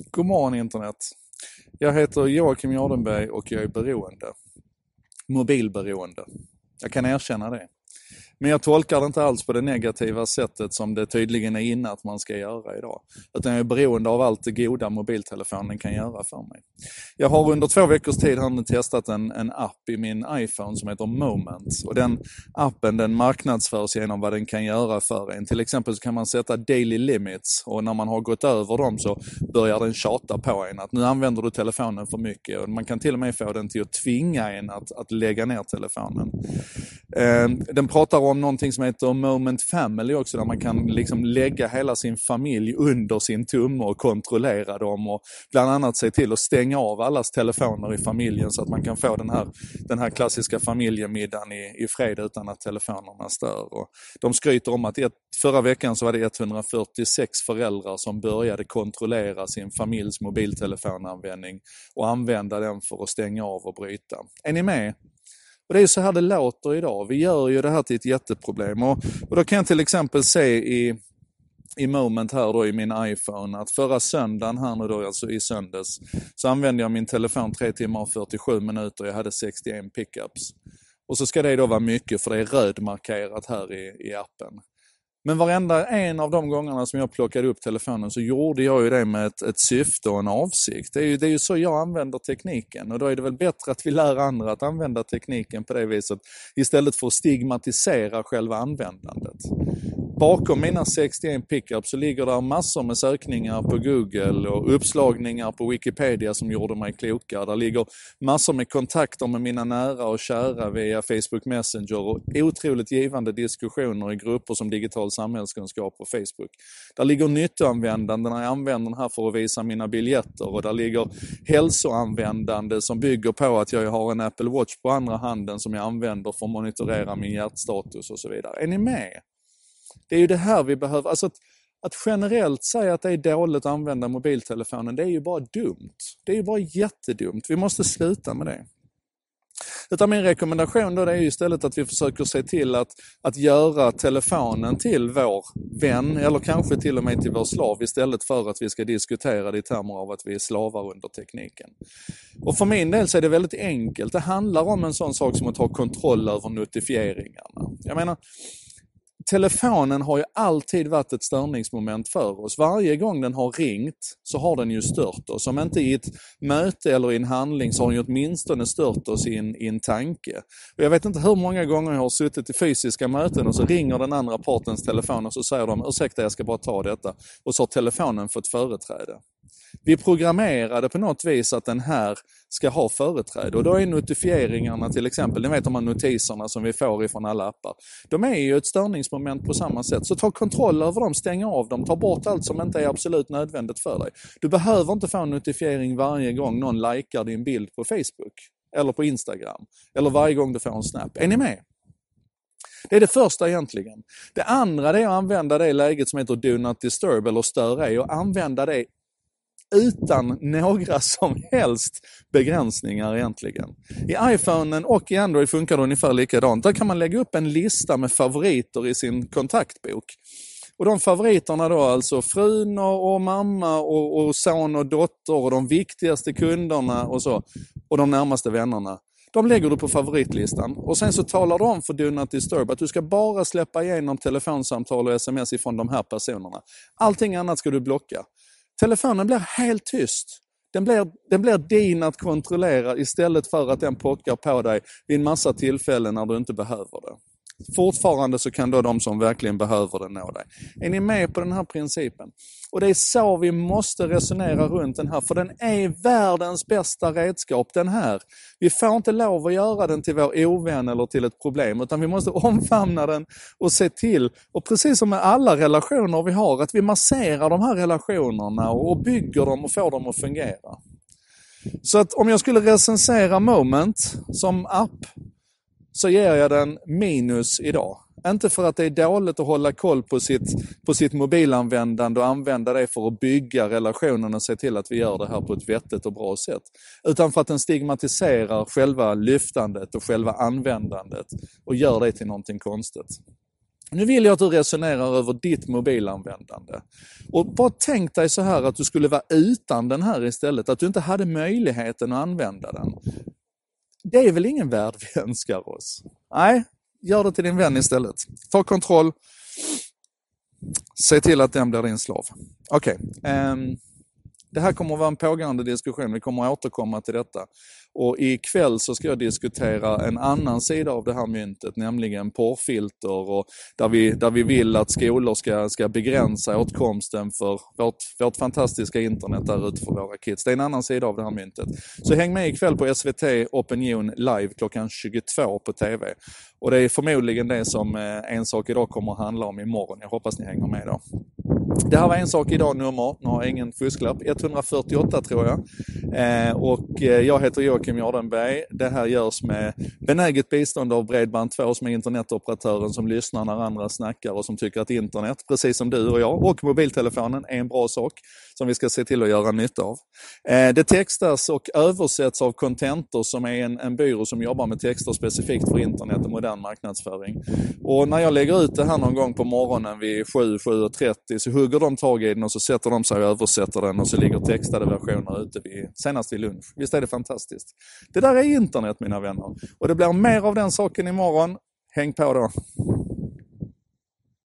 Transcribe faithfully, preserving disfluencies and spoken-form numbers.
God morgon internet. Jag heter Joakim Jardenberg och jag är beroende. Mobilberoende. Jag kan erkänna det. Men jag tolkar det inte alls på det negativa sättet som det tydligen är inne att man ska göra idag. Utan jag är beroende av allt det goda mobiltelefonen kan göra för mig. Jag har under två veckors tid här nu testat en, en app i min iPhone som heter Moment. Och den appen den marknadsförs genom vad den kan göra för en. Till exempel så kan man sätta daily limits och när man har gått över dem så börjar den tjata på en att nu använder du telefonen för mycket. Och man kan till och med få den till att tvinga en att, att lägga ner telefonen. Eh, den pratar om någonting som heter Moment Family också, där man kan liksom lägga hela sin familj under sin tumme och kontrollera dem och bland annat se till att stänga av allas telefoner i familjen så att man kan få den här, den här klassiska familjemiddagen i, i fred utan att telefonerna stör. Och de skryter om att ett, förra veckan så var det etthundrafyrtiosex föräldrar som började kontrollera sin familjs mobiltelefonanvändning och använda den för att stänga av och bryta. Är ni med? Och det är så här det låter idag. Vi gör ju det här till ett jätteproblem. Och, och då kan jag till exempel se i, i Moment här då i min iPhone att förra söndagen här nu då, alltså i söndags, så använde jag min telefon tre timmar och fyrtiosju minuter och jag hade sextioen pickups. Och så ska det då vara mycket för det är rödmarkerat här i, i appen. Men varenda en av de gångerna som jag plockade upp telefonen så gjorde jag ju det med ett, ett syfte och en avsikt. Det är, ju, det är ju så jag använder tekniken och då är det väl bättre att vi lär andra att använda tekniken på det viset istället för att stigmatisera själva användandet. Bakom mina sextioen pickups så ligger där massor med sökningar på Google och uppslagningar på Wikipedia som gjorde mig klokare. Där ligger massor med kontakter med mina nära och kära via Facebook Messenger och otroligt givande diskussioner i grupper som digital samhällskunskap på Facebook. Där ligger nyttoanvändande när jag använder den här för att visa mina biljetter och där ligger hälsoanvändande som bygger på att jag har en Apple Watch på andra handen som jag använder för att monitorera min hjärtstatus och så vidare. Är ni med? Det är ju det här vi behöver. Alltså att, att generellt säga att det är dåligt att använda mobiltelefonen, det är ju bara dumt. Det är ju bara jättedumt. Vi måste sluta med det. Utan min rekommendation då det är ju istället att vi försöker se till att, att göra telefonen till vår vän eller kanske till och med till vår slav istället för att vi ska diskutera det i termer av att vi är slavar under tekniken. Och för min del så är det väldigt enkelt. Det handlar om en sån sak som att ha kontroll över notifieringarna. Jag menar, telefonen har ju alltid varit ett störningsmoment för oss. Varje gång den har ringt så har den ju stört oss. Om inte i ett möte eller i en handling så har den ju åtminstone stört oss i en, i en tanke. Och jag vet inte hur många gånger jag har suttit i fysiska möten och så ringer den andra partens telefon och så säger de, ursäkta jag ska bara ta detta. Och så har telefonen fått företräde. Vi programmerade på något vis att den här ska ha företräde och då är notifieringarna till exempel, ni vet de här notiserna som vi får ifrån alla appar, de är ju ett störningsmoment på samma sätt. Så ta kontroll över dem, stäng av dem, ta bort allt som inte är absolut nödvändigt för dig. Du behöver inte få en notifiering varje gång någon likar din bild på Facebook eller på Instagram eller varje gång du får en snap. Är ni med? Det är det första egentligen. Det andra det är att använda det läget som heter Do Not Disturb eller stör ej och använda det utan några som helst begränsningar egentligen. I iPhonen och i Android funkar det ungefär likadant. Där kan man lägga upp en lista med favoriter i sin kontaktbok. Och de favoriterna då alltså frun och, och mamma och, och son och dotter och de viktigaste kunderna och så och de närmaste vännerna. De lägger du på favoritlistan och sen så talar du om för Do Not Disturb att du ska bara släppa igenom telefonsamtal och sms ifrån de här personerna. Allting annat ska du blocka. Telefonen blir helt tyst. Den blir, den blir din att kontrollera istället för att den pockar på dig vid en massa tillfällen när du inte behöver det. Fortfarande så kan då de som verkligen behöver det nå dig. Är ni med på den här principen? Och det är så vi måste resonera runt den här. För den är världens bästa redskap, den här. Vi får inte lov att göra den till vår ovän eller till ett problem. Utan vi måste omfamna den och se till. Och precis som med alla relationer vi har. Att vi masserar de här relationerna och bygger dem och får dem att fungera. Så att om jag skulle recensera Moment som app. Så ger jag den minus idag. Inte för att det är dåligt att hålla koll på sitt, på sitt mobilanvändande och använda det för att bygga relationen och se till att vi gör det här på ett vettigt och bra sätt. Utan för att den stigmatiserar själva lyftandet och själva användandet och gör det till någonting konstigt. Nu vill jag att du resonerar över ditt mobilanvändande. Och bara tänk dig så här att du skulle vara utan den här istället. Att du inte hade möjligheten att använda den. Det är väl ingen värld vi önskar oss? Nej, gör det till din vän istället. Ta kontroll. Se till att den blir din slav. Okej. Okay. Um, det här kommer att vara en pågående diskussion. Vi kommer att återkomma till detta. Och ikväll så ska jag diskutera en annan sida av det här myntet, nämligen porrfilter, och där vi, där vi vill att skolor ska, ska begränsa åtkomsten för vårt, vårt fantastiska internet där ute för våra kids. Det är en annan sida av det här myntet. Så häng med ikväll på S V T Opinion live klockan tjugotvå på T V. Och det är förmodligen det som En sak idag kommer att handla om imorgon. Jag hoppas ni hänger med då. Det här var En sak idag nummer, nu har jag ingen fusklapp, etthundrafyrtioåtta tror jag. Eh, och jag heter Joakim Jardenberg. Det här görs med benäget bistånd av Bredband två som är internetoperatören som lyssnar när andra snackar och som tycker att internet, precis som du och jag, och mobiltelefonen är en bra sak som vi ska se till att göra nytta av. Eh, det textas och översätts av Contentor som är en, en byrå som jobbar med texter specifikt för internet och modern marknadsföring. Och när jag lägger ut det här någon gång på morgonen vid sju, sju och trettio så hugger de tag i den och så sätter de sig och översätter den och så ligger textade versioner ute vid, senast vid lunch. Visst är det fantastiskt? Det där är internet mina vänner och det blir mer av den saken imorgon. Häng på då!